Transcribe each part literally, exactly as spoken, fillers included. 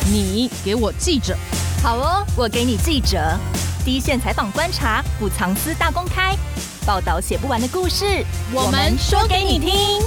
你给我记者。 好哦，我给你记者。第一线采访观察，不藏私大公开，报道写不完的故事， 我们说给你听。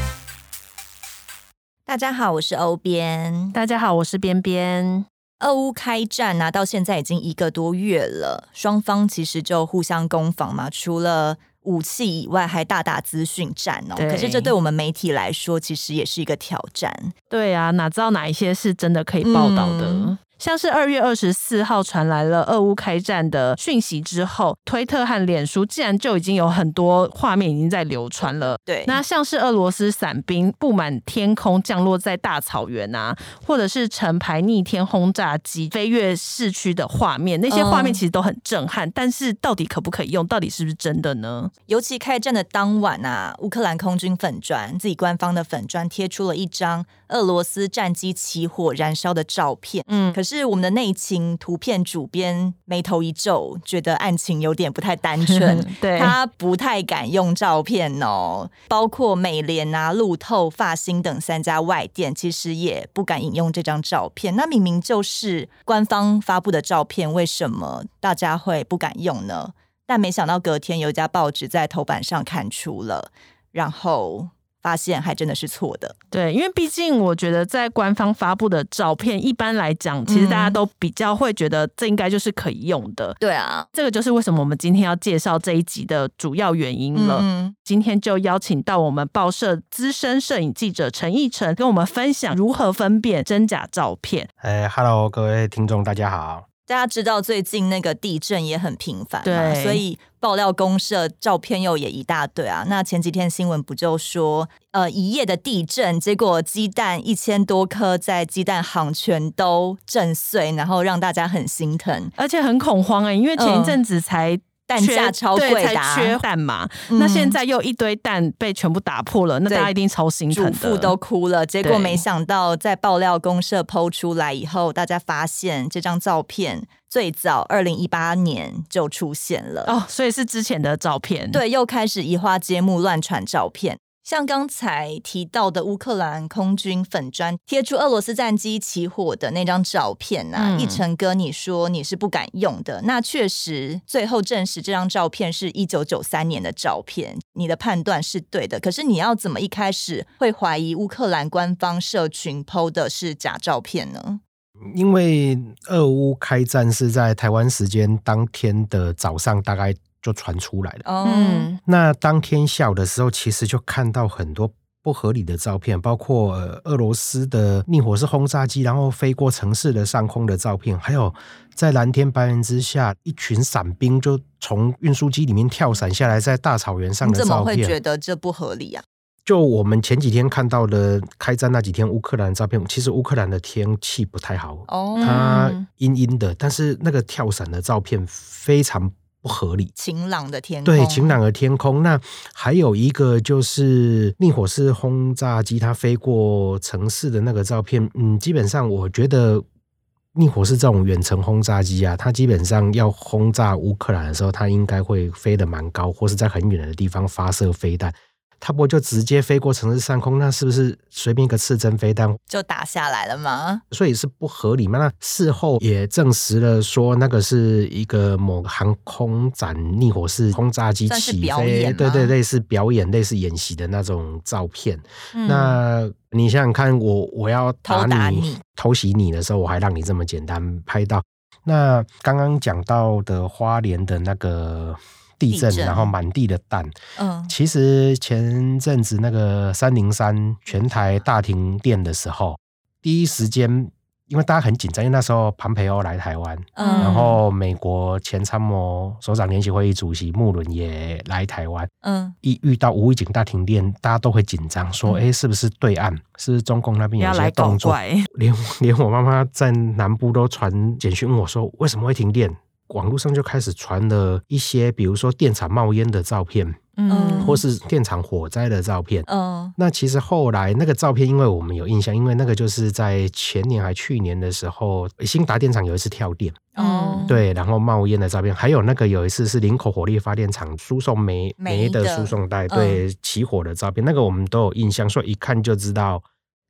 大家好，我是欧边。 大家好，我是边边。 俄乌开战啊，到现在已经一个多月了，双方其实就互相攻防嘛，除了武器以外还大打资讯战哦。可是这对我们媒体来说其实也是一个挑战。 对啊，哪知道哪一些是真的可以报道的、嗯像是二月二十四号传来了俄乌开战的讯息之后，推特和脸书竟然就已经有很多画面已经在流传了。 对， 那像是俄罗斯伞兵布满天空降落在大草原啊，或者是成排逆天轰炸机飞越市区的画面，那些画面其实都很震撼、嗯、但是到底可不可以用，到底是不是真的呢？ 尤其开战的当晚啊，乌克兰空军粉专自己官方的粉专贴出了一张俄罗斯战机起火燃烧的照片。嗯，可是我们的内情图片主编眉头一皱，觉得案情有点不太单纯对， 他不太敢用照片哦。包括美联啊、路透、发新等三家外电其实也不敢引用这张照片。那明明就是官方发布的照片，为什么大家会不敢用呢？但没想到隔天有一家报纸在头版上看出了，然后发现还真的是错的。 对，因为毕竟我觉得在官方发布的照片一般来讲其实大家都比较会觉得这应该就是可以用的、嗯、 对啊， 这个就是为什么我们今天要介绍这一集的主要原因了、嗯、今天就邀请到我们报社资深摄影记者陈奕晨跟我们分享如何分辨真假照片。 哎 ，Hello， 各位听众大家好。 大家知道最近那个地震也很频繁嘛， 对， 所以爆料公社照片又也一大堆啊。那前几天新闻不就说，呃，一夜的地震，结果鸡蛋一千多颗在鸡蛋行全都震碎，然后让大家很心疼， 而且很恐慌哎、欸，因为前一阵子才、嗯蛋价超贵的、啊、 才缺蛋嘛、嗯、那现在又一堆蛋被全部打破了，那大家一定超心疼的， 主妇都哭了。结果没想到在爆料公社 po 出来以后，大家发现这张照片最早二零一八年就出现了哦，所以是之前的照片。 对，又开始移花接木乱传照片。像刚才提到的乌克兰空军粉专贴出俄罗斯战机起火的那张照片啊，奕晨哥你说你是不敢用的，那确实最后证实这张照片是一九九三年的照片，你的判断是对的。可是你要怎么一开始会怀疑乌克兰官方社群 po 的是假照片呢？ 因为俄乌开战是在台湾时间当天的早上大概就传出来了、嗯、那当天下午的时候其实就看到很多不合理的照片，包括、呃、俄罗斯的逆火式轰炸机然后飞过城市的上空的照片，还有在蓝天白云之下一群伞兵就从运输机里面跳伞下来在大草原上的照片。 你怎么会觉得这不合理啊？ 就我们前几天看到的开战那几天乌克兰的照片，其实乌克兰的天气不太好、哦、它阴阴的，但是那个跳伞的照片非常不合理， 晴朗的天空。 对，晴朗的天空。那还有一个就是逆火式轰炸机它飞过城市的那个照片，嗯，基本上我觉得逆火式这种远程轰炸机啊，它基本上要轰炸乌克兰的时候，它应该会飞得蛮高，或是在很远的地方发射飞弹。它不就直接飞过城市上空，那是不是随便一个刺针飞弹就打下来了吗？ 所以是不合理嘛。那事后也证实了说那个是一个某个航空展逆火式轰炸机起飞，对对，类似表演类似演习的那种照片、嗯、那你想想看，我我要打你, 打你偷袭你的时候，我还让你这么简单拍到。那刚刚讲到的花莲的那个地震，然后满地的蛋、嗯、其实前阵子那个三零三全台大停电的时候，第一时间因为大家很紧张，因为那时候庞培欧来台湾、嗯、然后美国前参谋首长联席会议主席穆伦也来台湾、嗯、一遇到无预警大停电，大家都会紧张说、嗯、是不是对岸是不是中共那边有些动作，连连我妈妈在南部都传简讯问我说为什么会停电，网络上就开始传了一些比如说电厂冒烟的照片，嗯，或是电厂火灾的照片，嗯，那其实后来那个照片，因为我们有印象，因为那个就是在前年还去年的时候，兴达电厂有一次跳电，哦，对，然后冒烟的照片，还有那个有一次是林口火力发电厂输送煤煤的输送带，对，起火的照片，那个我们都有印象，所以一看就知道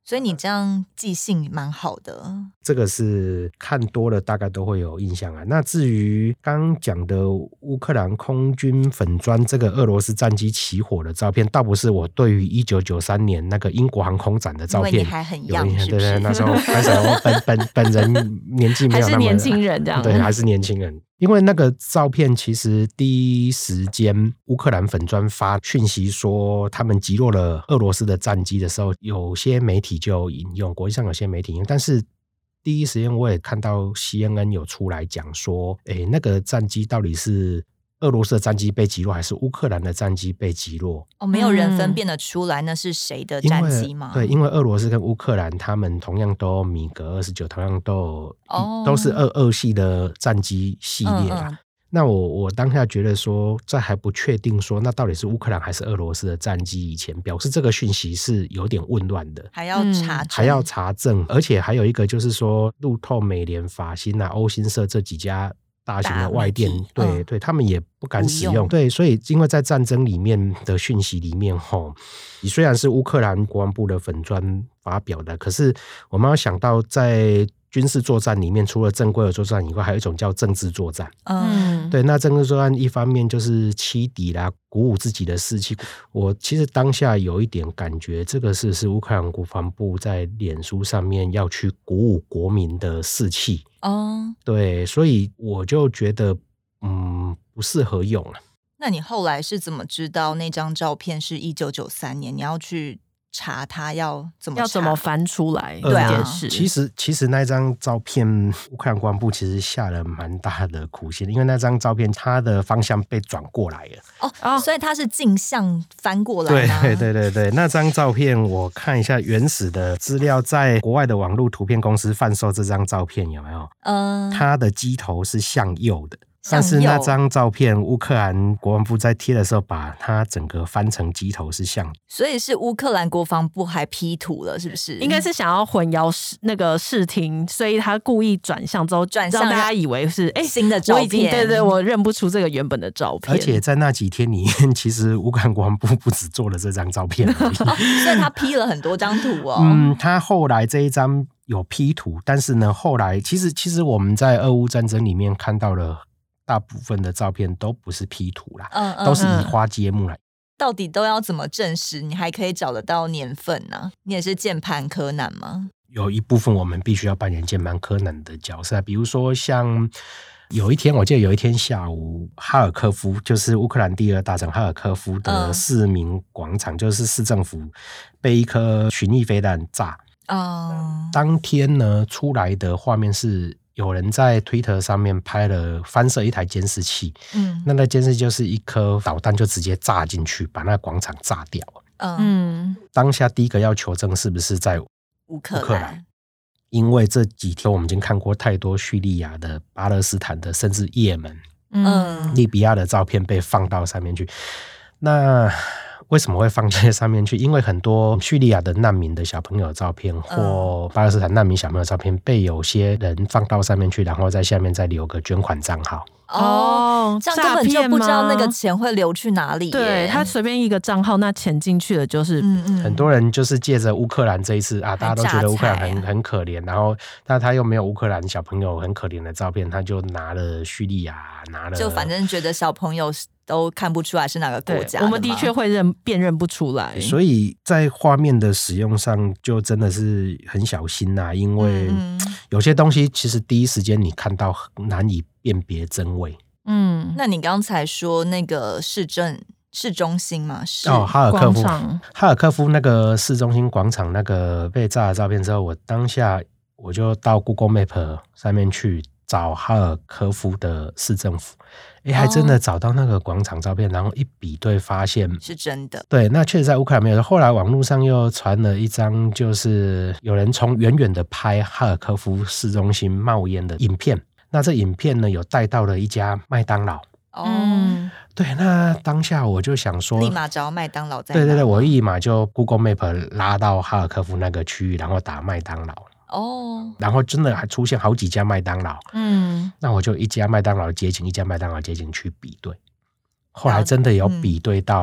所以你这样记性蛮好的。 这个是看多了大概都会有印象啊。那至于刚刚讲的乌克兰空军粉砖这个俄罗斯战机起火的照片，倒不是我对于一九九三年那个英国航空展的照片， 因为你还很有印象， 是不是？ 对对，那时候那时候本本本人年纪没有那么， 还是年轻人这样， 对，还是年轻人。因为那个照片其实第一时间乌克兰粉专发讯息说他们击落了俄罗斯的战机的时候，有些媒体就引用，国际上有些媒体引用，但是第一时间我也看到 C N N 有出来讲说，诶，那个战机到底是俄罗斯的战机被击落还是乌克兰的战机被击落？ 哦，没有人分辨得出来那是谁的战机吗？ 对，因为俄罗斯跟乌克兰他们同样都有米格二十九，同样都有、哦、都是俄俄系的战机系列啦。嗯嗯，那我我当下觉得说，在还不确定说那到底是乌克兰还是俄罗斯的战机以前，表示这个讯息是有点混乱的， 还要查证、嗯、 还要查证，而且还有一个就是说，路透、美联、法新啊、欧新社这几家大型的外电，对、嗯、对，他们也不敢使用，对，所以因为在战争里面的讯息里面，吼，虽然是乌克兰国防部的粉专发表的，可是我们要想到在军事作战里面，除了正规的作战以外，还有一种叫政治作战。嗯，对，那政治作战一方面就是欺敌啦，鼓舞自己的士气。我其实当下有一点感觉，这个是是乌克兰国防部在脸书上面要去鼓舞国民的士气。哦，对，所以我就觉得，嗯，不适合用了。 那你后来是怎么知道那张照片是一九九三年？你要去查它要怎么查要怎么翻出来？ 对啊， 其实其实那张照片，乌克兰国防部其实下了蛮大的苦心，因为那张照片它的方向被转过来了。 哦，哦所以它是镜像翻过来吗？ 对对对对，那张照片我看一下原始的资料，在国外的网络图片公司贩售这张照片有没有？嗯，它的机头是向右的。但是那张照片乌克兰国防部在贴的时候把它整个翻成机头是像， 所以是乌克兰国防部还 P 图了是不是？ 应该是想要混淆那个视听，所以他故意转向之后转向让大家以为是哎、欸、 新的照片，我已经对对我认不出这个原本的照片。 而且在那几天里面其实乌克兰国防部不只做了这张照片而已、 哦、所以他 P 了很多张图哦。 嗯，他后来这一张有 P 图，但是呢后来其实其实我们在俄乌战争里面看到了大部分的照片都不是 P 图啦、嗯嗯、都是移花接木来。 到底都要怎么证实你还可以找得到年份呢、啊？你也是键盘柯南吗？ 有一部分我们必须要扮演键盘柯南的角色，比如说像有一天我记得有一天下午，哈尔科夫就是乌克兰第二大城哈尔科夫的市民广场、嗯、就是市政府被一颗巡弋飞弹炸、嗯、当天呢出来的画面是有人在 Twitter 上面拍了翻射一台监视器，嗯，那那监视器就是一颗导弹就直接炸进去，把那个广场炸掉了。嗯，当下第一个要求证是不是在乌克兰，乌克兰因为这几天我们已经看过太多叙利亚的、巴勒斯坦的，甚至也门、嗯、利比亚的照片被放到上面去。那为什么会放这些上面去？因为很多叙利亚的难民的小朋友的照片或巴勒斯坦难民小朋友的照片被有些人放到上面去，然后在下面再留个捐款账号。 哦，这样根本就不知道那个钱会流去哪里耶。 对，他随便一个账号，那钱进去了就是、嗯嗯、很多人就是借着乌克兰这一次啊，大家都觉得乌克兰很很可怜，然后但他又没有乌克兰小朋友很可怜的照片，他就拿了叙利亚，拿了就反正觉得小朋友都看不出来是哪个国家的， 我们的确会认辨认不出来， 所以在画面的使用上就真的是很小心呐、啊，因为有些东西其实第一时间你看到难以辨别真伪。 嗯，那你刚才说那个市政市中心嘛，是哦，哈尔科夫，哈尔科夫那个市中心广场那个被炸的照片之后，我当下我就到 Google Map 上面去找哈尔科夫的市政府，哎，还真的找到那个广场照片，然后一比对发现是真的。 对，那确实在乌克兰没有。后来网络上又传了一张，就是有人从远远的拍哈尔科夫市中心冒烟的影片。那这影片呢，有带到了一家麦当劳。哦，对，那当下我就想说， 立马找麦当劳在哪？ 对对对，我立马就 Google Map 拉到哈尔科夫那个区域，然后打麦当劳。哦，然后真的还出现好几家麦当劳。嗯，那我就一家麦当劳街景，一家麦当劳街景去比对。后来真的有比对到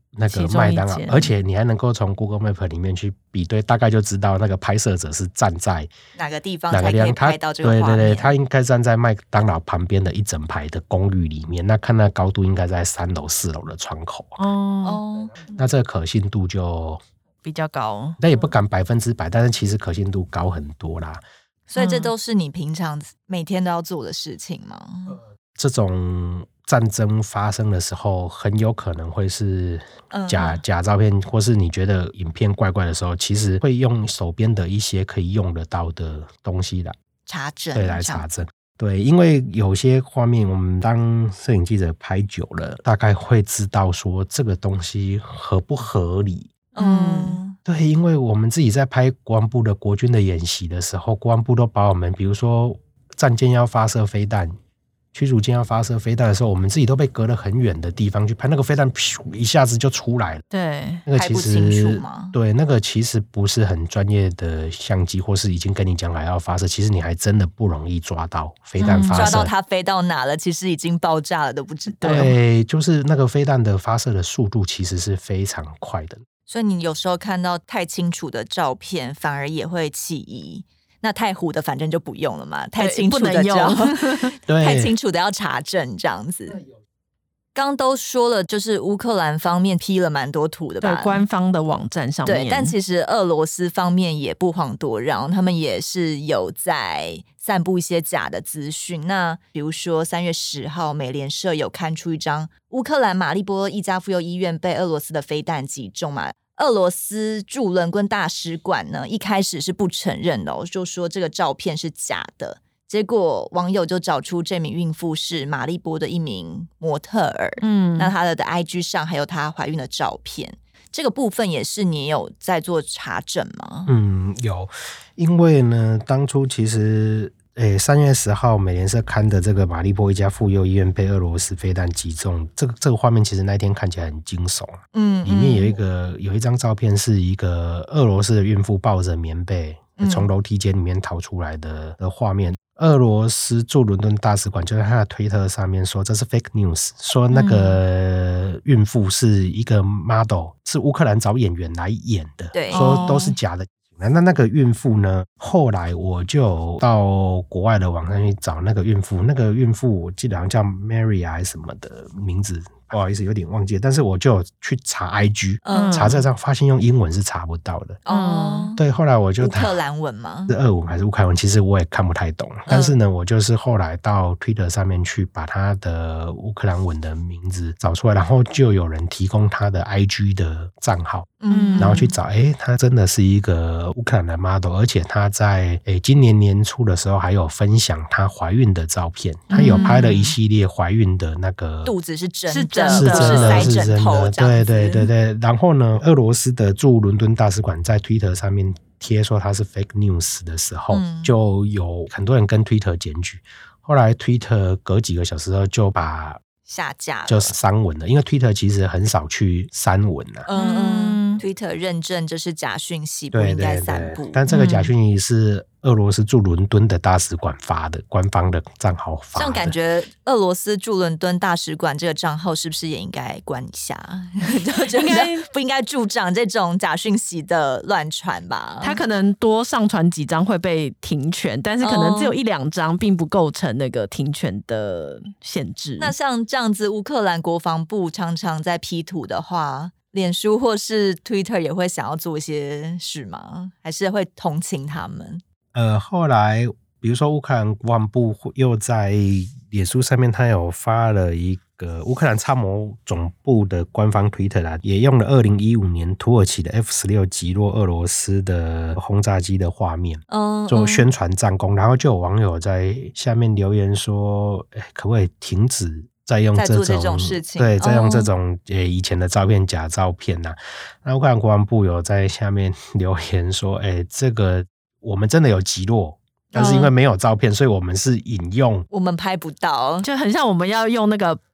那个麦当劳，而且你还能够从 Google Map 里面去比对，大概就知道那个拍摄者是站在哪个地方才可以拍到这个画面。 对对对，他应该站在麦当劳旁边的一整排的公寓里面，那看那高度应该在三楼四楼的窗口。哦，那这个可信度就比较高， 那也不敢百分之百，但是其实可信度高很多啦。 所以这都是你平常每天都要做的事情吗？呃、 这种战争发生的时候，很有可能会是假、嗯、假照片，或是你觉得影片怪怪的时候，其实会用手边的一些可以用得到的东西来查证， 对，来查证。对，因为有些画面我们当摄影记者拍久了，大概会知道说这个东西合不合理。嗯，对，因为我们自己在拍国防部的国军的演习的时候，国防部都把我们，比如说战舰要发射飞弹，驱逐舰要发射飞弹的时候，我们自己都被隔得很远的地方去拍，那个飞弹一下子就出来了。 对， 那个其实拍不清楚吗？ 对，那个其实不是很专业的相机，或是已经跟你讲好要发射，其实你还真的不容易抓到飞弹发射、嗯、 抓到它飞到哪了，其实已经爆炸了都不知道。 对，就是那个飞弹的发射的速度其实是非常快的。 所以你有时候看到太清楚的照片反而也会起疑，那太糊的反正就不用了嘛，太清楚的就太清楚的要查证这样子。刚都说了，就是乌克兰方面批了蛮多图的吧， 对，官方的网站上面。 对，但其实俄罗斯方面也不遑多让，他们也是有在散布一些假的资讯。那比如说三月十号，美联社有刊出一张乌克兰马利波一家妇幼医院被俄罗斯的飞弹击中嘛。俄罗斯驻伦敦大使馆呢，一开始是不承认的、哦，就说这个照片是假的。结果网友就找出这名孕妇是马利波的一名模特儿，嗯，那她的 I G 上还有她怀孕的照片，这个部分也是你有在做查证吗？ 嗯，有，因为呢，当初其实，诶，三月十号美联社刊的这个马利波一家妇幼医院被俄罗斯飞弹击中，这个这个画面其实那天看起来很惊悚，嗯，里面有一个有一张照片是一个俄罗斯的孕妇抱着棉被从楼梯间里面逃出来的的画面。俄罗斯驻伦敦大使馆就在他的推特上面说这是 fake news， 说那个孕妇是一个 model， 是乌克兰找演员来演的， 对， 说都是假的。那那个孕妇呢，后来我就到国外的网上去找那个孕妇，那个孕妇我记得好像叫 Mary 还是什么的名字，不好意思有点忘记了，但是我就有去查 I G、嗯、查这张发现用英文是查不到的。哦，对，后来我就乌克兰文吗？ 是俄文还是乌克兰文，其实我也看不太懂、嗯、但是呢我就是后来到 Twitter 上面去把他的乌克兰文的名字找出来，然后就有人提供他的 I G 的账号，嗯，然后去找，诶，他真的是一个乌克兰的 model， 而且他在诶今年年初的时候还有分享他怀孕的照片，他有拍了一系列怀孕的那个肚子是真的是真的是真的是真的，对对对对。然后呢，俄罗斯的驻伦敦大使馆在 Twitter 上面贴说他是 fake news 的时候、嗯、就有很多人跟 Twitter 检举，后来 Twitter 隔几个小时后就把下架了， 就是删文了，因为 Twitter 其实很少去删文啊。嗯嗯 ，Twitter 认证这是假讯息，不应该散布。 但这个假讯息是俄罗斯驻伦敦的大使馆发的，官方的账号发的。 这样感觉俄罗斯驻伦敦大使馆这个账号是不是也应该关一下？就觉得不应该助长这种假讯息的乱传吧？ 他可能多上传几张会被停权，但是可能只有一两张并不构成那个停权的限制。 那像这样子，乌克兰国防部常常在P图的话，脸书或是 Twitter 也会想要做一些事吗？还是会同情他们？ 呃，后来比如说乌克兰国防部又在脸书上面，他有发了一个乌克兰参谋总部的官方 Twitter 啦，也用了二零一五年土耳其的 F 十六 击落俄罗斯的轰炸机的画面，嗯，做宣传战功，然后就有网友在下面留言说，欸，可不可以停止再用这种, 这种事情， 对，再用这种、哦欸、以前的照片假照片啊。那乌克兰国防部有在下面留言说，欸，这个我们真的有击落，但是因为没有照片，所以我们是引用， 我们拍不到， 就很像我们要用那个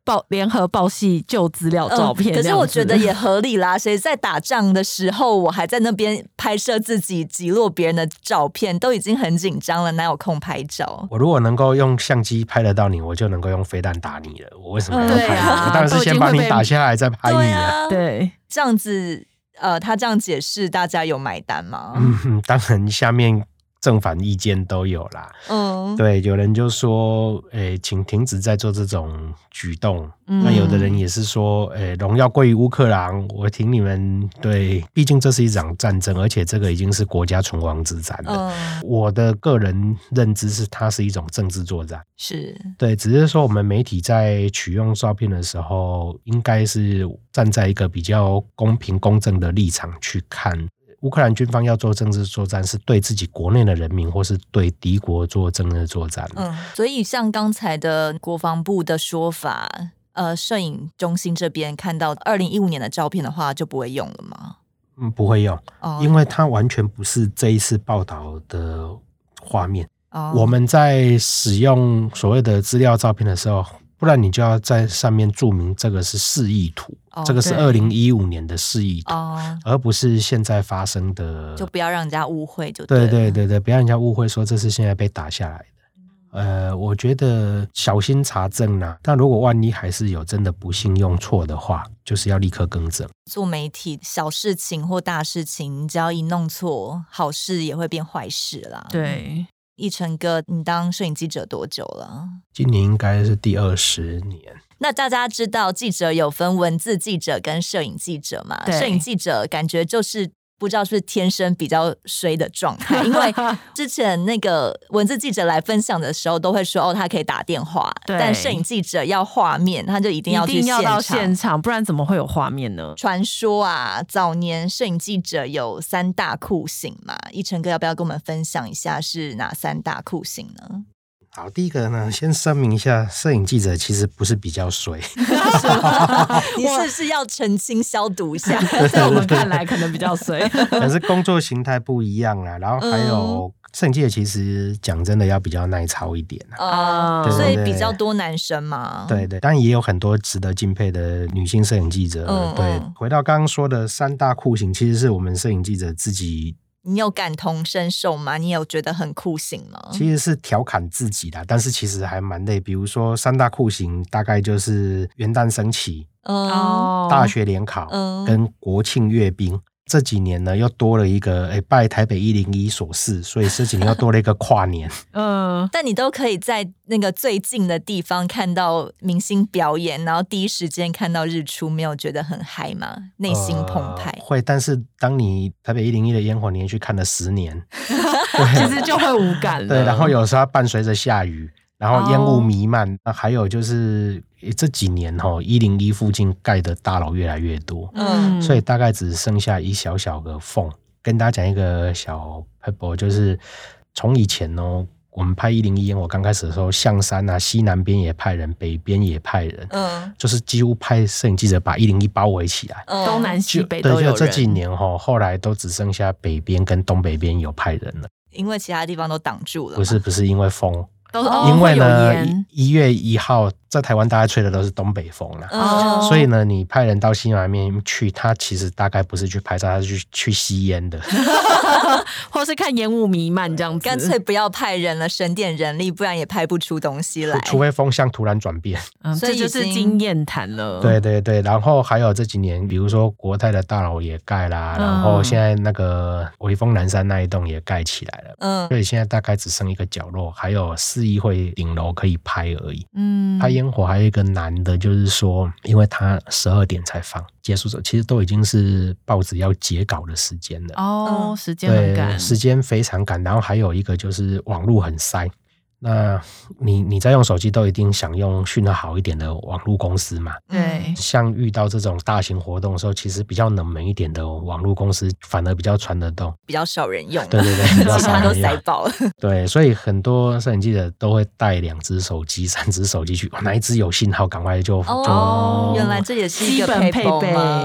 报联合报系旧资料照片、嗯、 可是我觉得也合理啦，谁在打仗的时候我还在那边拍摄自己击落别人的照片，都已经很紧张了，哪有空拍照？ 我如果能够用相机拍得到你，我就能够用飞弹打你了，我为什么要拍你、 嗯啊、 我当然是先把你打下来再拍你啊。 对， 这样子呃，他这样解释大家有买单吗？ 嗯，当然下面正反意见都有啦。嗯，对，有人就说诶，请停止在做这种举动、嗯、那有的人也是说诶，荣耀归于乌克兰，我挺你们。对，毕竟这是一场战争，而且这个已经是国家存亡之战了、嗯、我的个人认知是它是一种政治作战。 是， 对，只是说我们媒体在取用照片的时候应该是站在一个比较公平公正的立场去看乌克兰军方要做政治作战，是对自己国内的人民或是对敌国做政治作战。 嗯，所以像刚才的国防部的说法，呃，摄影中心这边看到二零一五年的照片的话就不会用了吗？ 嗯，不会用、哦、因为它完全不是这一次报道的画面、哦、我们在使用所谓的资料照片的时候，不然你就要在上面注明这个是示意图、哦、这个是二零一五年的示意图、哦、而不是现在发生的， 就不要让人家误会就对了。 对对对对，不要让人家误会说这是现在被打下来的。呃，我觉得小心查证啦，但如果万一还是有真的不幸用错的话，就是要立刻更正。 做媒体小事情或大事情，你只要一弄错，好事也会变坏事啦。 对， 奕成哥，你当摄影记者多久了？ 今年应该是第二十年。 那大家知道记者有分文字记者跟摄影记者嘛？摄影记者感觉就是不知道是不是天生比较衰的状态，因为之前那个文字记者来分享的时候都会说哦，他可以打电话，但摄影记者要画面，他就一定要去现场， 一定要到现场，不然怎么会有画面呢？ 传说啊，早年摄影记者有三大酷刑嘛，奕成哥要不要跟我们分享一下是哪三大酷刑呢？ 好，第一个呢，先声明一下，摄影记者其实不是比较衰。 你是不是要澄清消毒一下？ 在我们看来可能比较衰， 可是工作形态不一样啦。然后还有摄影记者其实讲真的要比较耐操一点啊、呃，所以比较多男生嘛。 对对，当然也有很多值得敬佩的女性摄影记者。嗯、对，回到刚刚说的三大酷刑，其实是我们摄影记者自己。 你有感同身受吗？你有觉得很酷刑吗？ 其实是调侃自己啦，但是其实还蛮累。比如说三大酷刑大概就是元旦升旗、嗯、大学联考、嗯、跟国庆阅兵。这几年呢又多了一个、欸、拜台北一零一所赐，所以这几年又多了一个跨年。 嗯，但你都可以在那个最近的地方看到明星表演，然后第一时间看到日出，没有觉得很嗨吗？内心澎湃、 呃、会，但是当你台北一零一的烟火连续看了十年其实就会无感了。 对，然后有时候伴随着下雨，然后烟雾弥漫、哦、还有就是这几年一零一附近盖的大楼越来越多，嗯，所以大概只剩下一小小个缝。跟大家讲一个小 pebble， 就是从以前哦，我们拍一零一烟火刚开始的时候，象山啊西南边也派人，北边也派人，嗯，就是几乎派摄影记者把一零一包围起来， 嗯、东南西北都有人。 对，就这几年哦，后来都只剩下北边跟东北边有派人了， 因为其他地方都挡住了。 不是不是因为风。 哦、 因为呢一月一号在台湾大概吹的都是东北风啦、哦、所以呢你派人到西南面去，他其实大概不是去拍照，他是去去吸烟的或是看烟雾弥漫这样子。 干脆不要派人了，省点人力，不然也拍不出东西来， 除非风向突然转变、 嗯、所以这就是经验谈了。 对对对，然后还有这几年比如说国泰的大楼也盖啦、嗯、然后现在那个微风南山那一栋也盖起来了，嗯，所以现在大概只剩一个角落，还有市议会顶楼可以拍而已。嗯，拍烟火还有一个难的就是说，因为它十二点才放，结束之后其实都已经是报纸要截稿的时间了。 哦，时间很赶， 时间非常赶。然后还有一个就是网路很塞，那你你在用手机都一定想用讯号好一点的网络公司嘛？ 对。 像遇到这种大型活动的时候，其实比较冷门一点的网络公司反而比较传得动， 比较少人用。 对对对，比较少人用， 其他都塞爆了。 对，所以很多摄影记者都会带两只手机、三只手机去，哪一只有信号赶快就哦，原来这也是一个配备吗？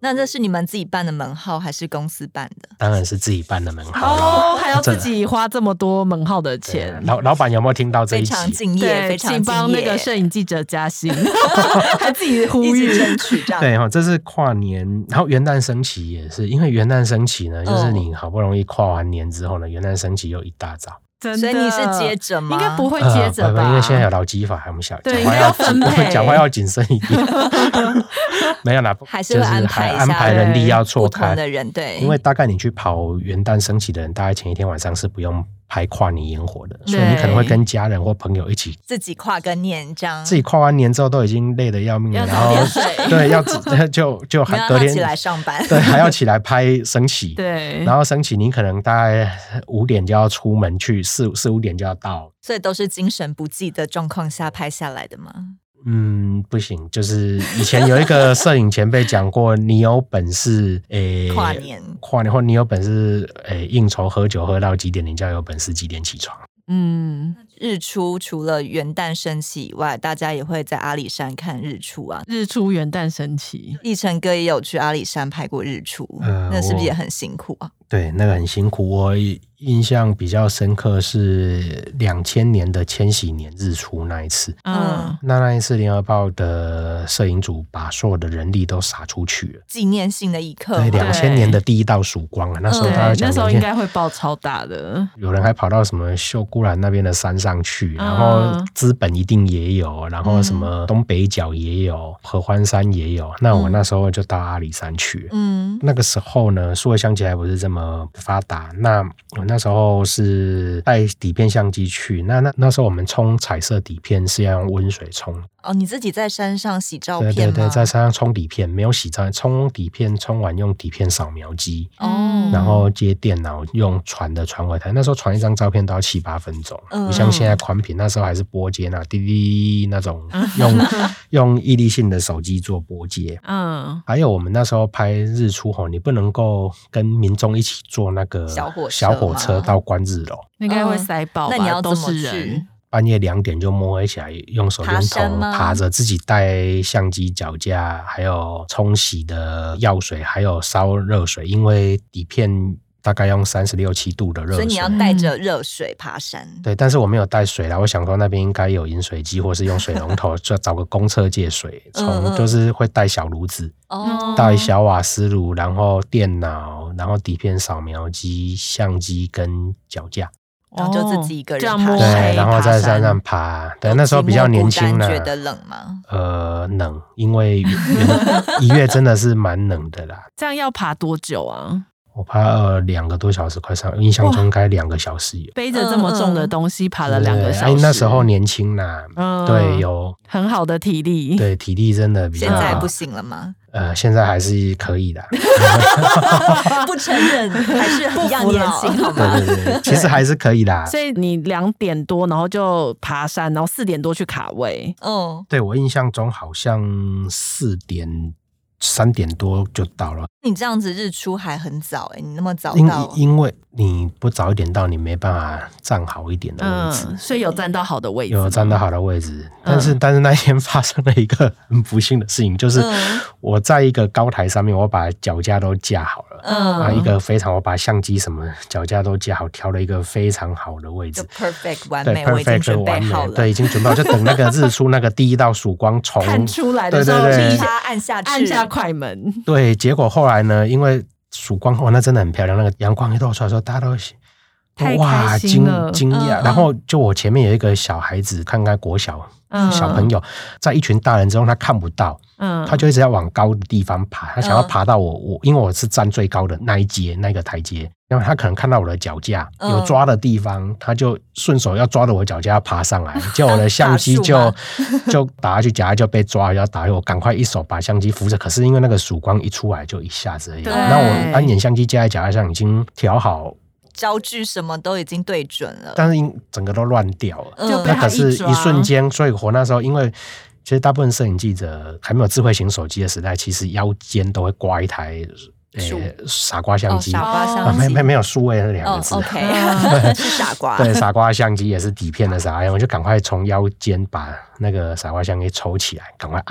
那这是你们自己办的门号还是公司办的？ 当然是自己办的门号哦，还要自己花这么多门号的钱。 老老板有没有听到这一集？ 非常敬业，非常敬业， 请帮那个摄影记者加薪，还自己呼吁争取这样。 对哈，这是跨年，然后元旦升旗也是，因为元旦升旗呢，就是你好不容易跨完年之后呢，元旦升旗又一大早。 所以你是接着吗？ 应该不会接着吧、 呃、因为现在有劳基法，我们小对， 讲话要分配， 讲话要谨慎一点。没有啦， 还是会安排一下、 就是、安排人力要错开不同的人，对， 因为大概你去跑元旦升旗的人，大概前一天晚上是不用拍跨年烟火的，所以你可能会跟家人或朋友一起自己跨个年，这样自己跨完年之后都已经累得要命了，然后对要就就还隔天起来上班， 对，还要起来拍升旗， 对， 然后升旗你可能大概五点就要出门去，四四五点就要到， 所以都是精神不济的状况下拍下来的吗？ 嗯，不行，就是以前有一个摄影前辈讲过，你有本事诶、欸， 跨年跨年，或你有本事诶、欸，应酬喝酒喝到几点，你就要有本事几点起床。 嗯， 日出除了元旦升起以外，大家也会在阿里山看日出啊。 日出元旦升起， 奕成哥也有去阿里山拍过日出，呃、那是不是也很辛苦啊？ 对，那个很辛苦。我印象比较深刻是两千年的千禧年日出那一次，嗯，那那一次联合报的摄影组把所有的人力都撒出去了， 纪念性的一刻。 对，两千年的第一道曙光啊，那时候大家讲， 那时候应该会爆超大的， 有人还跑到什么秀姑兰那边的山上去，然后资本一定也有，然后什么东北角也有，合欢山也有。那我那时候就到阿里山去，嗯，那个时候呢，数位相机还不是这么发达，那我那时候是带底片相机去，那那那时候我们冲彩色底片是要用温水冲。 哦，你自己在山上洗照片吗？ 对对对，在山上冲底片，没有洗照片，冲底片冲完用底片扫描机，哦，然后接电脑用传的传回台。那时候传一张照片都要七八分钟，嗯，不像现在宽屏，那时候还是拨接那滴滴那种用用毅力性的手机做拨接。嗯，还有我们那时候拍日出吼，你不能够跟民众一起坐那个小火车小火车到观日楼， 应该会塞爆吧？ 那你要怎么都是人。 半夜两点就摸起来，用手电筒爬着，自己带相机、脚架，还有冲洗的药水，还有烧热水，因为底片大概用三十六七度的热水， 所以你要带着热水爬山。 对，但是我没有带水啦，我想说那边应该有饮水机，或是用水龙头，就找个公厕借水冲，嗯嗯就是会带小炉子，哦，带小瓦斯炉，然后电脑，然后底片扫描机、相机跟脚架。 然后就自己一个人爬山， 对，然后在山上爬。对，那时候比较年轻呢。 觉得冷吗？ 呃，冷，因为一月真的是蛮冷的啦。 这样要爬多久啊？ 我爬呃两个多小时，快上，印象中该两个小时有。 背着这么重的东西爬了两个小时， 哎，那时候年轻啦，嗯，对，有很好的体力， 对，体力真的比较好。 现在不行了吗？ 呃，现在还是可以的， 不承认还是一样年轻，好吗？ 对对对，其实还是可以的。 所以你两点多，然后就爬山，然后四点多去卡位。 哦， 对，我印象中好像四点。三点多就到了。 你这样子日出还很早哎、欸，你那么早到，因为你不早一点到，你没办法站好一点的位置， 嗯、所以有站到好的位置， 有站到好的位置。但是、嗯、但是那天发生了一个很不幸的事情，就是我在一个高台上面，我把脚架都架好了，嗯，啊，一个非常我把相机什么脚架都架好，挑了一个非常好的位置 ，perfect 完美，对 ，perfect 准备好了， 对，已经准备好，就等那个日出那个第一道曙光从看出来的时候， 对对对， 他按下去， 按下快门。 对，结果后来呢，因为曙光哇，那真的很漂亮，那个阳光一露出来的时候，大家都哇惊惊讶，嗯、然后就我前面有一个小孩子，看看国小、嗯、小朋友，在一群大人之中，他看不到，嗯，他就一直要往高的地方爬，他想要爬到我我，因为我是站最高的那一阶那个台阶。因为他可能看到我的脚架有抓的地方，嗯、他就顺手要抓着我的脚架爬上来，结果我的相机就就打下去，脚架就被抓，要打，我赶快一手把相机扶着。可是因为那个曙光一出来就一下子而已，那我单眼相机架在脚架上已经调好， 焦距什么都已经对准了， 但是整个都乱掉了。 嗯、 那可是一瞬间，所以我那时候因为。其实大部分摄影记者还没有智慧型手机的时代，其实腰间都会挂一台呃傻瓜相机， 哦、傻瓜相机、 啊、没没没有数位那两个字、 哦、，OK， 是傻瓜， 对，傻瓜相机也是底片的傻瓜，我就赶快从腰间把那个傻瓜相机抽起来，赶快按。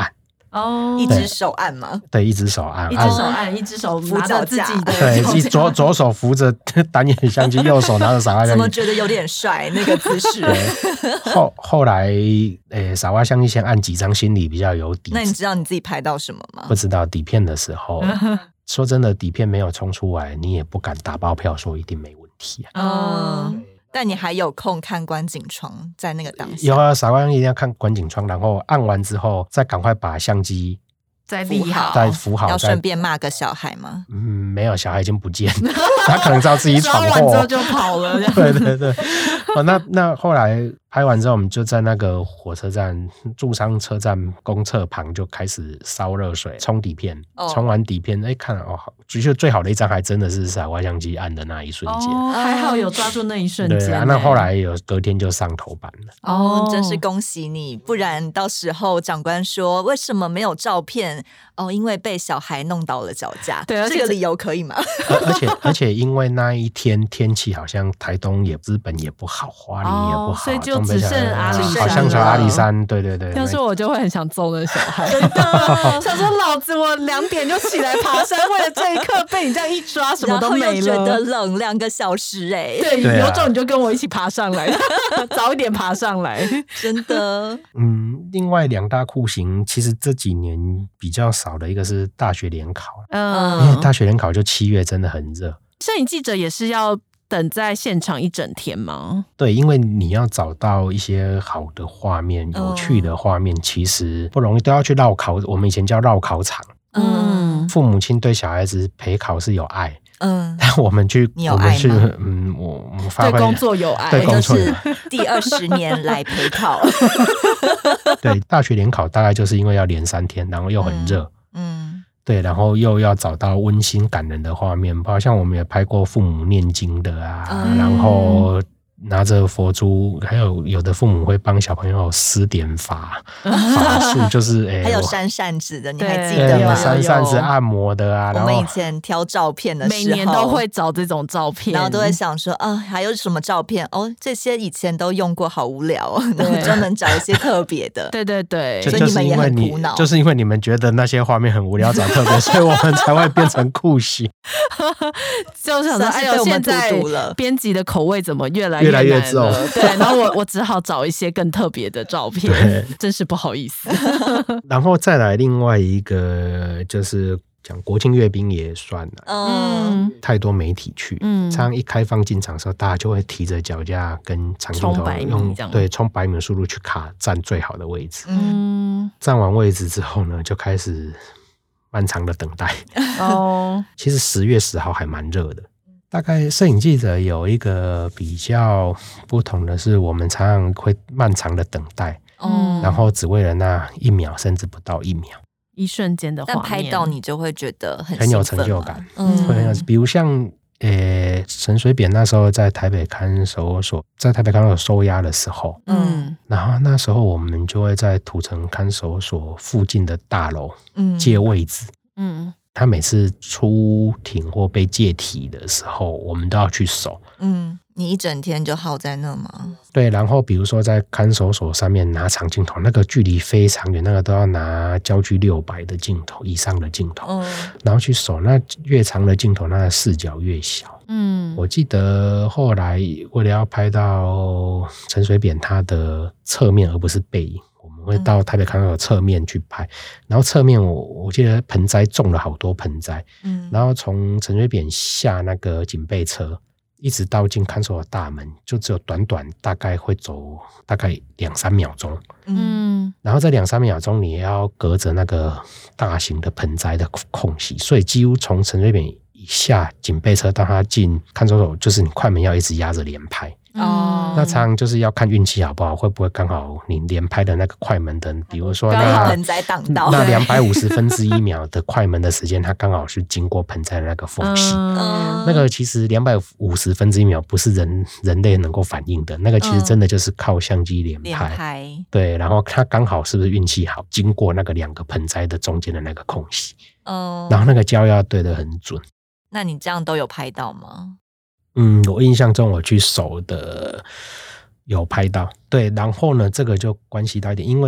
哦，一只手按吗？ 对，一只手按， 一只手按，一只手拿着自己的， 对，左左手扶着单眼相机，右手拿着傻瓜相机。 怎么觉得有点帅那个姿势？ 后后来，诶，傻瓜相机先按几张，心里比较有底。 那你知道你自己拍到什么吗？ 不知道底片的时候，说真的，底片没有冲出来，你也不敢打包票说一定没问题啊。 哦。但你还有空看观景窗，在那个当下。 有啊，傻瓜一定要看观景窗，然后按完之后，再赶快把相机再立好， 再扶好， 要顺便骂个小孩吗？ 嗯，没有，小孩已经不见，他可能知道自己闯祸， 刷完之后就跑了。 对对对，哦，那那后来拍完之后，我们就在那个火车站驻商车站公厕旁就开始烧热水冲底片，冲、哦、完底片，哎，看哦，其实最好的一张还真的是傻瓜相机按的那一瞬间， 哦，还好有抓住那一瞬间。 对啊，那后来有隔天就上头版了。 哦，真是恭喜你，不然到时候长官说为什么没有照片？哦，因为被小孩弄倒了脚架。对，这个理由可以吗？ 而而且而且因为那一天天气好像台东也日本也不好，花莲也不好， 哦、所以就只剩阿里山， 好像只有阿里山。对对对， 要是我就会很想揍那小孩，真的想说老子我两点就起来爬山，为了这一刻被你这样一抓，什么都没了。 然后又觉得冷两个小时哎、 欸，对，有种你就跟我一起爬上来，早一点爬上来， 真的。 嗯，另外两大酷刑，其实这几年比较少的一个是大学联考，嗯，因为大学联考就七月真的很热， 摄影记者也是要等在现场一整天吗？ 对，因为你要找到一些好的画面、有趣的画面，其实不容易，都要去绕考。我们以前叫绕考场。嗯，父母亲对小孩子陪考是有爱。嗯，但我们去， 你有爱吗？ 我们去，嗯，我我发挥对工作有爱， 对工作就是第二十年来陪考。 对，大学联考大概就是因为要连三天，然后又很热，嗯，嗯对，然后又要找到温馨感人的画面，好像我们也拍过父母念经的啊，嗯、然后拿着佛珠，还有有的父母会帮小朋友施点法法术，就是哎， 还有扇扇子的，你还记得吗？ 扇扇子按摩的啊。 我们以前挑照片的时候， 每年都会找这种照片， 然后都会想说啊，还有什么照片？哦，这些以前都用过，好无聊哦。然后专门找一些特别的。 对对对， 就所以你们也很苦恼， 就是因为你们觉得那些画面很无聊，找特别，所以我们才会变成酷刑。 就想说，哎呦，现在编辑的口味怎么越来越？越来越重， 对，然后我我只好找一些更特别的照片，真是不好意思。 然后再来另外一个就是讲国庆阅兵也算了，嗯，太多媒体去，嗯，常一开放进场的时候，大家就会提着脚架跟长镜头用对冲百米的速度去卡站最好的位置，嗯，站完位置之后呢，就开始漫长的等待。哦，其实十月十号还蛮热的。大概摄影记者有一个比较不同的是，我们常常会漫长的等待，嗯，然后只为了那一秒甚至不到一秒一瞬间的画面， 但拍到你就会觉得很很有成就感，嗯，会很有，比如像呃陈水扁那时候在台北看守所，在台北看守所收押的时候，嗯，然后那时候我们就会在土城看守所附近的大楼，嗯，借位置，嗯。他每次出庭或被借题的时候，我们都要去守。 嗯，你一整天就耗在那吗？ 对，然后比如说在看守所上面拿长镜头，那个距离非常远，那个都要拿焦距六百的镜头以上的镜头，嗯，然后去守。那越长的镜头，那个视角越小。嗯，我记得后来为了要拍到陈水扁他的侧面而不是背影，会到台北看守所侧面去拍，然后侧面我我记得盆栽种了好多盆栽，嗯，然后从陈水扁下那个警备车，一直到进看守所大门，就只有短短大概会走大概两三秒钟，嗯，然后这两三秒钟你也要隔着那个大型的盆栽的空隙，所以几乎从陈水扁一下警备车到他进看守所，就是你快门要一直压着连拍。哦，那常常就是要看运气好不好，会不会刚好你连拍的那个快门灯，比如说那盆栽挡到那两百五十分之一秒的快门的时间，它刚好是经过盆栽的那个缝隙。嗯，那个其实两百五十分之一秒不是人人类能够反应的，那个其实真的就是靠相机连拍。连拍对，然后它刚好是不是运气好，经过那个两个盆栽的中间的那个空隙。哦，然后那个焦要对得很准。 那你这样都有拍到吗？ 嗯，我印象中我去守的有拍到，对，然后呢，这个就关系到一点，因为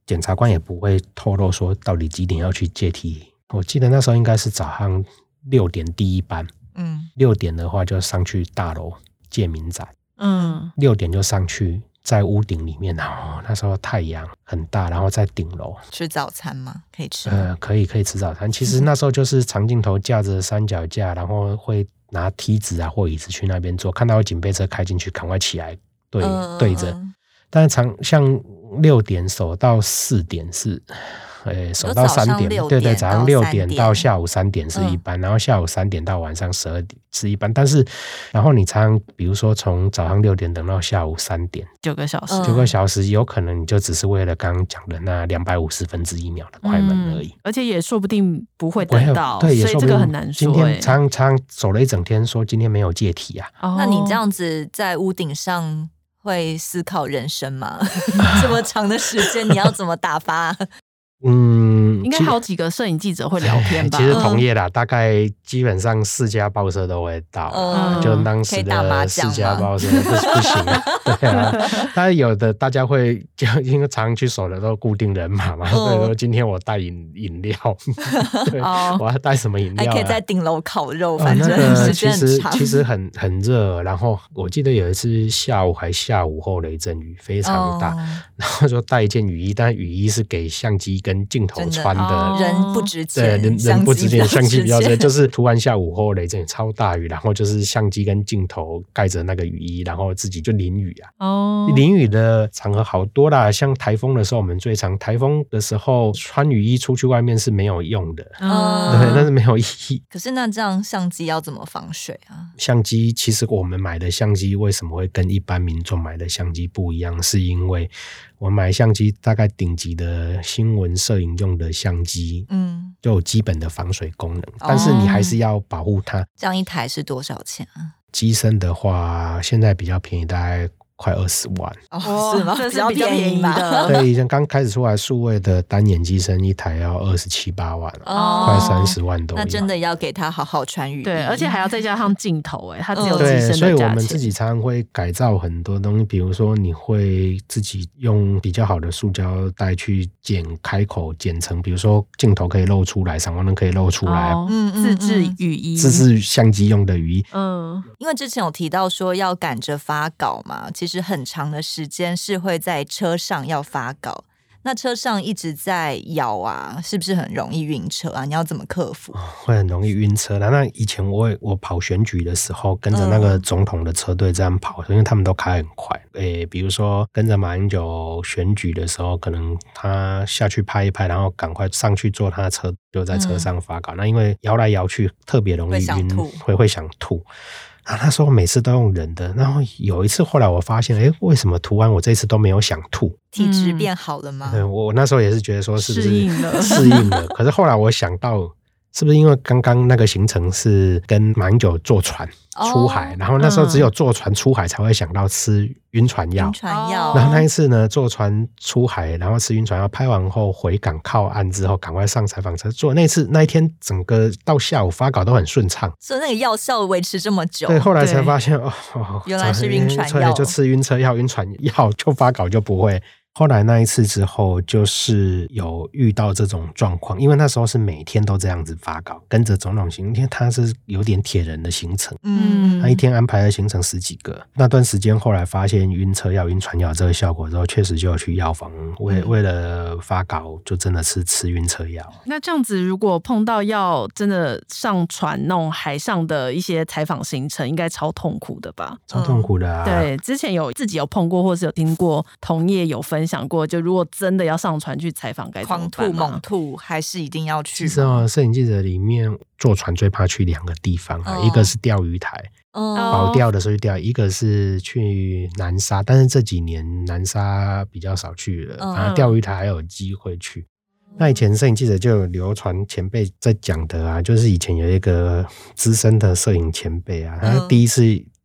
检察官也不会透露说到底几点要去借题。我记得那时候应该是早上六点第一班，嗯，六点的话就上去大楼借民宅，嗯，六点就上去在屋顶里面，哦，那时候太阳很大，然后在顶楼吃早餐吗？可以吃吗？ 呃，可以可以吃早餐。其实那时候就是长镜头架着三脚架，然后会拿梯子啊或椅子去那边坐，看到有警备车开进去，赶快起来对、呃、对着。但是长像六点守到四点是。呃，守到三点，对对，早上六点到下午三点是一班，嗯，然后下午三点到晚上十二点是一班。但是，然后你常常比如说从早上六点等到下午三点， 九个小时， 九个小时，有可能你就只是为了刚刚讲的那两百五十分之一秒的快门而已，嗯， 而且也说不定不会等到， 对， 所以这个很难说。 今天常常走了一整天，说今天没有借题啊。 哦，那你这样子在屋顶上会思考人生吗？这么长的时间，你要怎么打发？ 嗯， 应该好几个摄影记者会聊天吧？ 其实同业啦，嗯，大概基本上四家报社都会到，嗯，就当时的四家报社不不行啊，对啊。但有的大家会就因为常常去守的都固定人马嘛，所以说今天我带饮饮料，对，哦，我要带什么饮料，啊？ 还可以在顶楼烤肉，反正时间很长， 其实其实很很热。然后我记得有一次下午还下午后雷阵雨非常大，哦，然后说带一件雨衣，但雨衣是给相机跟镜头穿的， 哦，人不值钱， 对，人人不值钱，相机比较值钱。就是突然下午后雷阵雨超大雨，然后就是相机跟镜头盖着那个雨衣，然后自己就淋雨啊。哦，淋雨的场合好多啦，像台风的时候我们最常，台风的时候穿雨衣出去外面是没有用的，哦，对，那是没有意义。 可是那这样相机要怎么防水啊？ 相机其实我们买的相机为什么会跟一般民众买的相机不一样，是因为我买相机大概顶级的新闻摄影用的相机，嗯，就有基本的防水功能，哦，但是你还是要保护它。 这样一台是多少钱啊？ 机身的话，现在比较便宜，大概快二十万。 哦，是吗？ 这是比较便宜的。 对，以前刚开始出来数位的单眼机身一台要二十七八万，哦，快三十万都有。 那真的要给他好好穿雨衣， 对，而且还要再加上镜头，哎，它只有机身的价钱。 对，所以我们自己常常会改造很多东西，比如说你会自己用比较好的塑胶袋去剪开口，剪成比如说镜头可以露出来，闪光灯可以露出来， 哦，嗯，自制雨衣， 自制相机用的雨衣。 嗯，因为之前有提到说要赶着发稿嘛，其实很长的时间是会在车上要发稿，那车上一直在摇啊，是不是很容易晕车啊？你要怎么克服？ 会很容易晕车的。那以前我我跑选举的时候，跟着那个总统的车队这样跑，嗯，因为他们都开很快。诶，比如说跟着马英九选举的时候，可能他下去拍一拍，然后赶快上去坐他的车，就在车上发稿。嗯，那因为摇来摇去特别容易晕，会会想吐。啊，那时候每次都用忍的，然后有一次后来我发现，哎，为什么涂完我这次都没有想吐？ 体质变好了吗？ 对，我那时候也是觉得说是不是适应了， 适应了。可是后来我想到，是不是因为刚刚那个行程是跟马英九坐船出海，哦，然后那时候只有坐船出海才会想到吃晕船药。 晕船药。 然后那一次呢，坐船出海，然后吃晕船药，拍完后回港靠岸之后，赶快上采访车坐。那次那一天整个到下午发稿都很顺畅， 所以那个药效维持这么久。 对，后来才发现哦， 原来是晕船药， 就吃晕车药、晕船药，就发稿就不会。后来那一次之后，就是有遇到这种状况，因为那时候是每天都这样子发稿，跟着总统行，因为他是有点铁人的行程，嗯，他一天安排的行程十几个。那段时间后来发现晕车药、晕船药这个效果之后，确实就有去药房，为、嗯、为了发稿，就真的是吃晕车药。 那这样子，如果碰到要真的上船那种海上的一些采访行程，应该超痛苦的吧？ 超痛苦的啊！ 嗯、对，之前有自己有碰过，或是有听过同业有分。想过，就如果真的要上船去采访，该怎么办吗？ 狂吐猛吐，还是一定要去？ 其实哦，摄影记者里面坐船最怕去两个地方、哦、一个是钓鱼台，哦、保钓的时候去钓；一个是去南沙，但是这几年南沙比较少去了，反而钓鱼台还有机会去。那以前摄影记者就有流传前辈在讲的啊，就是以前有一个资深的摄影前辈啊，他第一次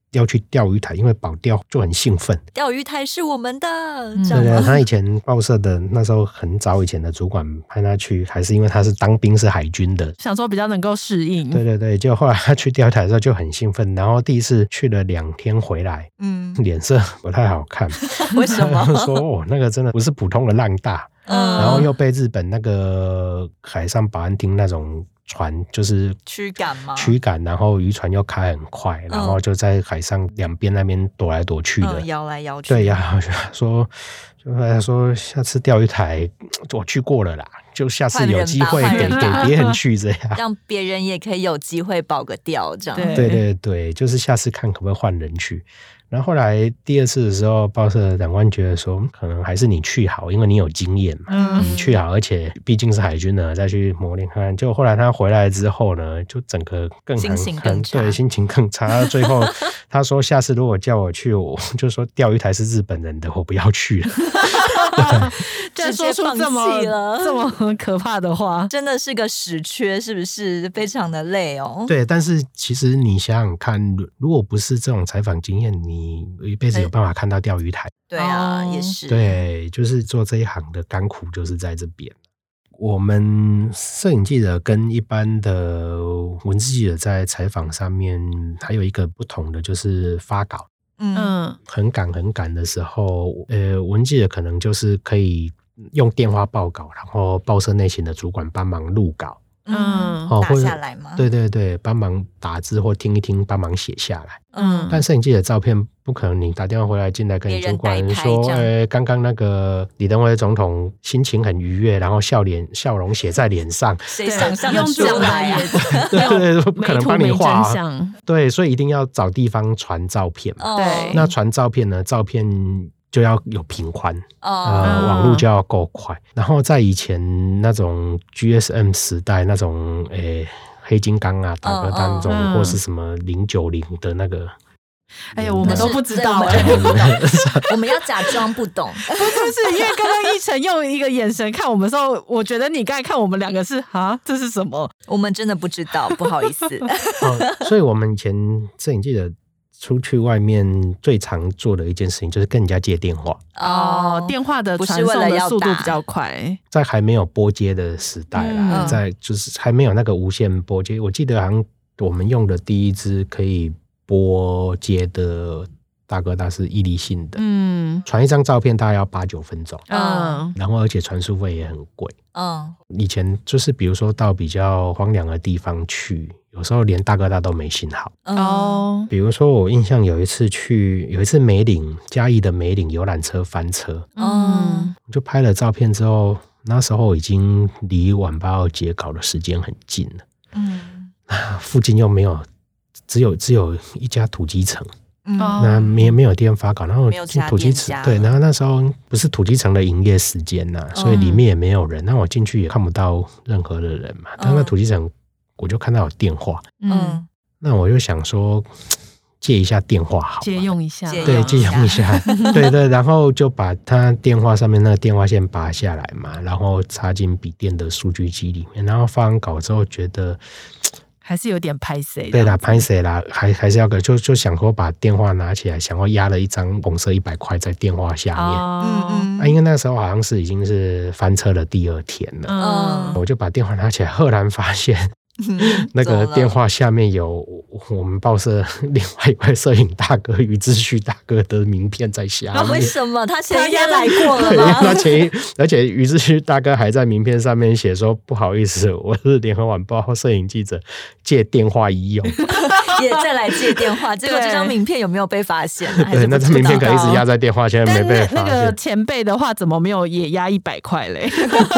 要去钓鱼台，因为保钓就很兴奋， 钓鱼台是我们的、嗯、 对对，他以前报社的那时候很早以前的主管派他去，还是因为他是当兵是海军的， 想说比较能够适应， 对对对，就后来他去钓鱼台的时候就很兴奋，然后第一次去了两天回来，嗯，脸色不太好看为什么说哦，那个真的不是普通的浪大，嗯，然后又被日本那个海上保安厅那种船就是驱赶吗？ 驱赶，然后渔船又开很快，然后就在海上两边那边躲来躲去的， 嗯、摇来摇去。 对，摇来摇去。说，就他说下次钓鱼台我去过了啦，就下次有机会给给别人去这样， 让别人也可以有机会保个钓这样。 对对对对，就是下次看可不可以换人去。然后后来第二次的时候，报社的长官觉得说，可能还是你去好，因为你有经验嘛，嗯、你去好，而且毕竟是海军的，再去磨练看看。就后来他回来之后呢，就整个更心情更差， 对，心情更差。最后他说，下次如果叫我去，我就说钓鱼台是日本人的，我不要去了。 就说出这么这么可怕的话， 真的是个屎缺，是不是？非常的累哦。 对，但是其实你想想看，如果不是这种采访经验，你一辈子有办法看到钓鱼台？ 对啊，也是。 对，就是做这一行的甘苦就是在这边。我们摄影记者跟一般的文字记者在采访上面还有一个不同的，就是发稿。嗯，很赶很赶的时候，呃，文记者可能就是可以用电话报稿，然后报社内勤的主管帮忙录稿， 嗯，哦、打下来吗？ 对对对，帮忙打字或听一听，帮忙写下来。嗯，但摄影记者照片不可能你打电话回来进来跟你主管说，呃，刚刚那个李登辉总统心情很愉悦，然后笑脸笑容写在脸上， 谁想象得出来啊？ 对对对，不可能帮你画。对，所以一定要找地方传照片嘛。 对， 那传照片呢？照片就要有频宽，哦、呃，网络就要够快。然后在以前那种 G S M 时代，那种诶、欸、黑金刚啊、大哥大那种，嗯、或是什么零九零的那个。 哎呀，我们都不知道哎、 欸，我们要假装不懂。 不是，是因为刚刚奕晨用一个眼神看我们的时候，我觉得你刚才看我们两个是啊，这是什么？ 我们真的不知道，不好意思。 哦、所以我们以前摄影记者出去外面最常做的一件事情就是跟人家接电话。 哦，电话的传送的速度比较快， 在还没有拨接的时代啦，嗯、在就是还没有那个无线拨接，我记得好像我们用的第一支可以拨接的大哥大是伊犁信的，嗯，传一张照片大概要八九分钟，嗯，然后而且传输费也很贵，嗯，以前就是比如说到比较荒凉的地方去，有时候连大哥大都没信号，哦，比如说我印象有一次去，有一次梅岭嘉义的梅岭游览车翻车，嗯，就拍了照片之后，那时候已经离晚八号截稿的时间很近了，嗯，附近又没有。只有只有一家土鸡城，嗯，那没没有地方发稿，然后土鸡城对，然后那时候不是土鸡城的营业时间呐、啊，所以里面也没有人，那我进去也看不到任何的人嘛。但那土鸡城我就看到有电话，嗯，那我就想说借一下电话好， 借用一下， 对，借用一下，对对，然后就把他电话上面那个电话线拔下来嘛，然后插进笔电的数据机里面，然后发完稿之后觉得。 还是有点拍谁？ 对啦，拍谁啦？还还是要个，就就想说把电话拿起来，想要压了一张红色一百块在电话下面。嗯嗯、啊，因为那时候好像是已经是翻车的第二天了。嗯，我就把电话拿起来，赫然发现。那个电话下面有我们报社另外一位摄影大哥于志旭大哥的名片在下面。 为什么他前一天来过了吗？ 他前而且于志旭大哥还在名片上面写说：“不好意思，我是联合晚报摄影记者，借电话一用。” 也再来借电话，结果这张名片有没有被发现？ 对，那张名片可能一直压在电话，现在没被发现。 那个前辈的话，怎么没有也压一百块嘞？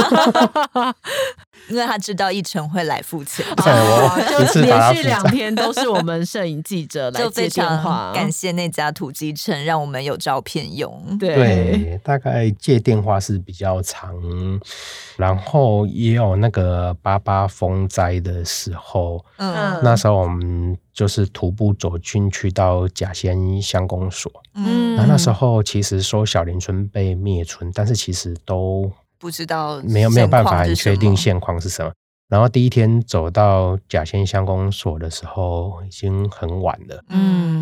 因为他知道奕晨会来付钱， 哦、就连续两天都是我们摄影记者来接电话。 感谢那家土鸡城，让我们有照片用。 对， 对，大概借电话是比较长，然后也有那个八八风灾的时候，嗯，那时候我们就是徒步走进去到甲仙乡公所，嗯，那那时候其实说小林村被灭村，但是其实都。 不知道没有没有办法很确定现况是什么。然后第一天走到甲仙乡公所的时候，已经很晚了。嗯，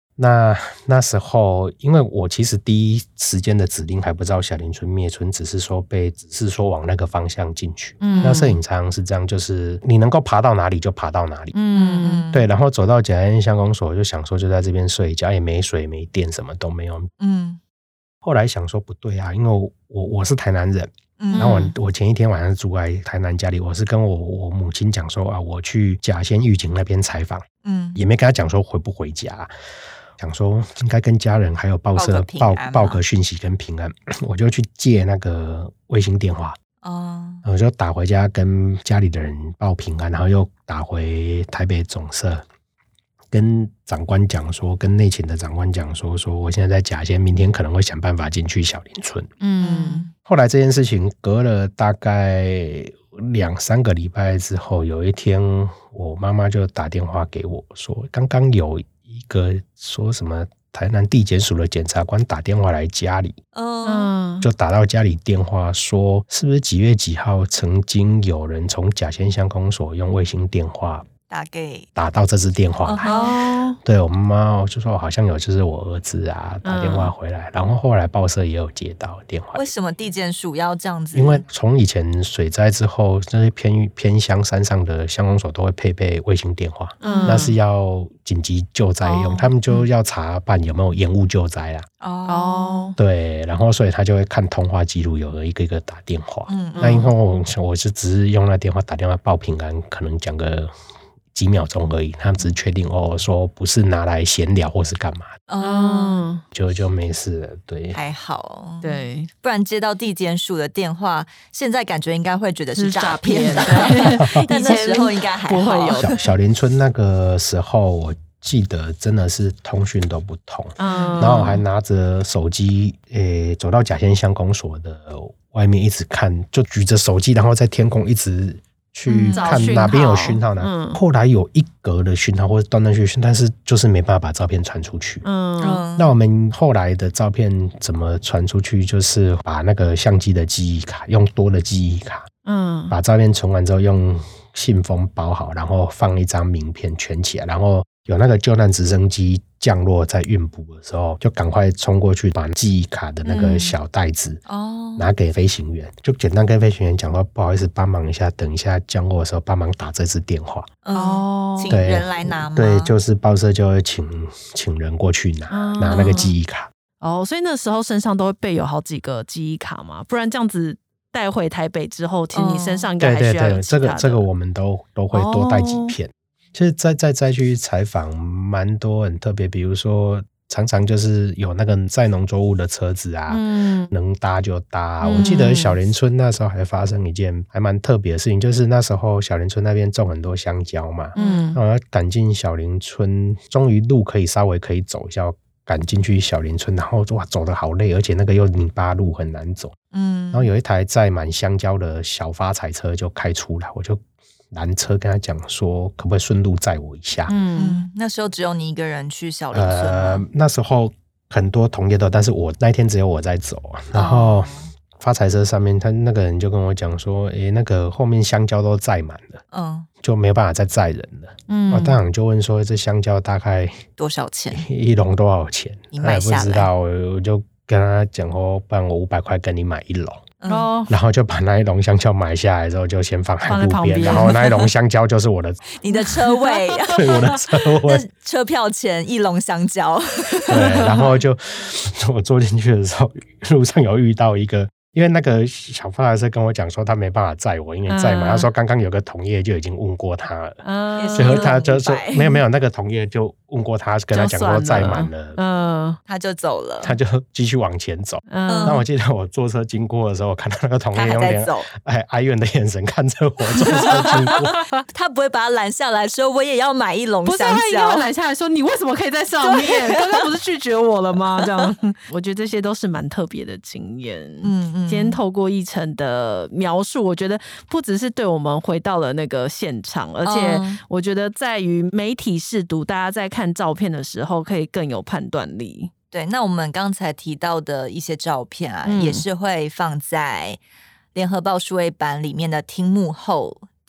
那那时候，因为我其实第一时间的指令还不知道小林村灭村，只是说被只是说往那个方向进去。嗯，那摄影常常是这样，就是你能够爬到哪里就爬到哪里。嗯，对。然后走到甲仙乡公所，就想说就在这边睡觉，也没水没电，什么都没有。嗯，后来想说不对啊，因为我我我是台南人。嗯，然后我我前一天晚上住在台南家里，我是跟我我母亲讲说啊，我去甲仙玉井那边采访。嗯，也没跟他讲说回不回家。想说应该跟家人还有报社报报个讯息跟平安，我就去借那个卫星电话，哦，我就打回家跟家里的人报平安，然后又打回台北总社，跟长官讲说，跟内勤的长官讲说，说我现在在甲仙，明天可能会想办法进去小林村。嗯，后来这件事情隔了大概两三个礼拜之后，有一天我妈妈就打电话给我说，刚刚有一个说什么台南地检署的检察官打电话来家里，嗯，就打到家里电话说，是不是几月几号曾经有人从甲仙乡公所用卫星电话打给打到这支电话来，哦，对，我妈妈就说好像有就是我儿子啊打电话回来，嗯，然后后来报社也有接到电话。 为什么地检署要这样子？ 因为从以前水灾之后，这些偏偏乡山上的乡公所都会配备卫星电话，嗯，那是要紧急救灾用，哦，他们就要查办有没有延误救灾啦。哦，对，然后所以他就会看通话记录，有一个一个打电话。嗯，那因为我我是只是用那电话打电话报平安，可能讲个几秒钟而已，他们只是确定哦，说不是拿来闲聊或是干嘛的，哦，就就没事了。对， 还好， 对， 不然接到地检署的电话，现在感觉应该会觉得是诈骗，但那时候应该还好。不会有小小林村那个时候，我记得真的是通讯都不通，嗯，然后我还拿着手机，诶，走到甲仙乡公所的外面一直看，就举着手机，然后在天空一直去看哪边有讯号呢，嗯？后来有一格的讯号或者断断续续，但是就是没办法把照片传出去。嗯，那我们后来的照片怎么传出去？就是把那个相机的记忆卡用多的记忆卡，嗯，把照片存完之后用信封包好，然后放一张名片圈起来，然后有那个救难直升机降落在运补的时候，就赶快冲过去把记忆卡的那个小袋子拿给飞行员，就简单跟飞行员讲说不好意思帮忙一下，等一下降落的时候帮忙打这支电话。 哦，请人来拿吗？ 对，就是报社就会请请人过去拿，哦，拿那个记忆卡。 哦，所以那时候身上都会备有好几个记忆卡嘛，不然这样子带回台北之后，其实你身上应该还需要有其他的。 对对对，这个这个我们都都会多带几片。哦，其实再再再去采访蛮多很特别，比如说常常就是有那个载农作物的车子啊，嗯，能搭就搭，嗯。我记得小林村那时候还发生一件还蛮特别的事情，就是那时候小林村那边种很多香蕉嘛，嗯，然后赶进小林村，终于路可以稍微可以走一下，赶进去小林村，然后哇走得好累，而且那个又泥巴路很难走，嗯，然后有一台载满香蕉的小发财车就开出来，我就拦车跟他讲说可不可以顺路载我一下。 嗯，那时候只有你一个人去小林村吗？ 呃，那时候很多同业都，但是我那天只有我在走，然后发财车上面他那个人就跟我讲说，诶，那个后面香蕉都载满了，嗯，就没有办法再载人了。嗯，我当场就问说这香蕉大概多少钱， 一笼多少钱？ 你买下来？ 他也不知道，我就跟他讲说不然我五百块跟你买一笼。哦，然后就把那一笼香蕉买下来之后就先放在路边，然后那一笼香蕉就是我的你的车位对，我的车位车票钱一笼香蕉对，然后就我坐进去的时候路上有遇到一个，因为那个小发财车跟我讲说他没办法载我，因为载嘛，嗯，他说刚刚有个同业就已经问过他了，嗯，所以他就说没有没有，那个同业就问过他，跟他讲说载满了， 嗯，他就走了， 他就继续往前走。嗯，那我记得我坐车经过的时候，我看到那个同业用点哎哀怨的眼神看着我坐车经过， 他不会把他拦下来说我也要买一笼香蕉， 不是，他应该拦下来说你为什么可以在上面？刚刚不是拒绝我了吗？这样，我觉得这些都是蛮特别的经验。嗯嗯，今天透过奕宸的描述，我觉得不只是对我们回到了那个现场，而且我觉得在于媒体识读，大家在看看照片的时候可以更有判断力。 对，那我们刚才提到的一些照片啊，嗯，也是会放在联合报数位版里面的听幕后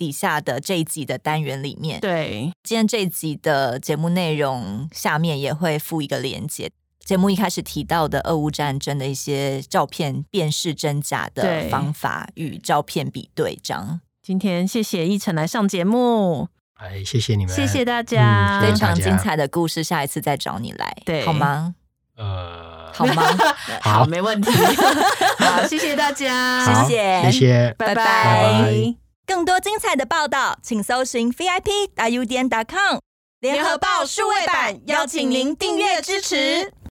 底下的这一集的单元里面。 对， 今天这一集的节目内容下面也会附一个连结，节目一开始提到的俄乌战争的一些照片辨识真假的方法与照片比对章。 今天谢谢奕成来上节目， 哎，谢谢你们， 谢谢大家， 嗯、非常精彩的故事，下一次再找你来， 对， 好吗？ 呃， 好吗？ 好，没问题。好，谢谢大家， 谢谢， 谢谢， 拜拜。 拜拜。 更多精彩的报道，请搜寻 V I P 大 U 点 com 联合报数位版，邀请您订阅支持。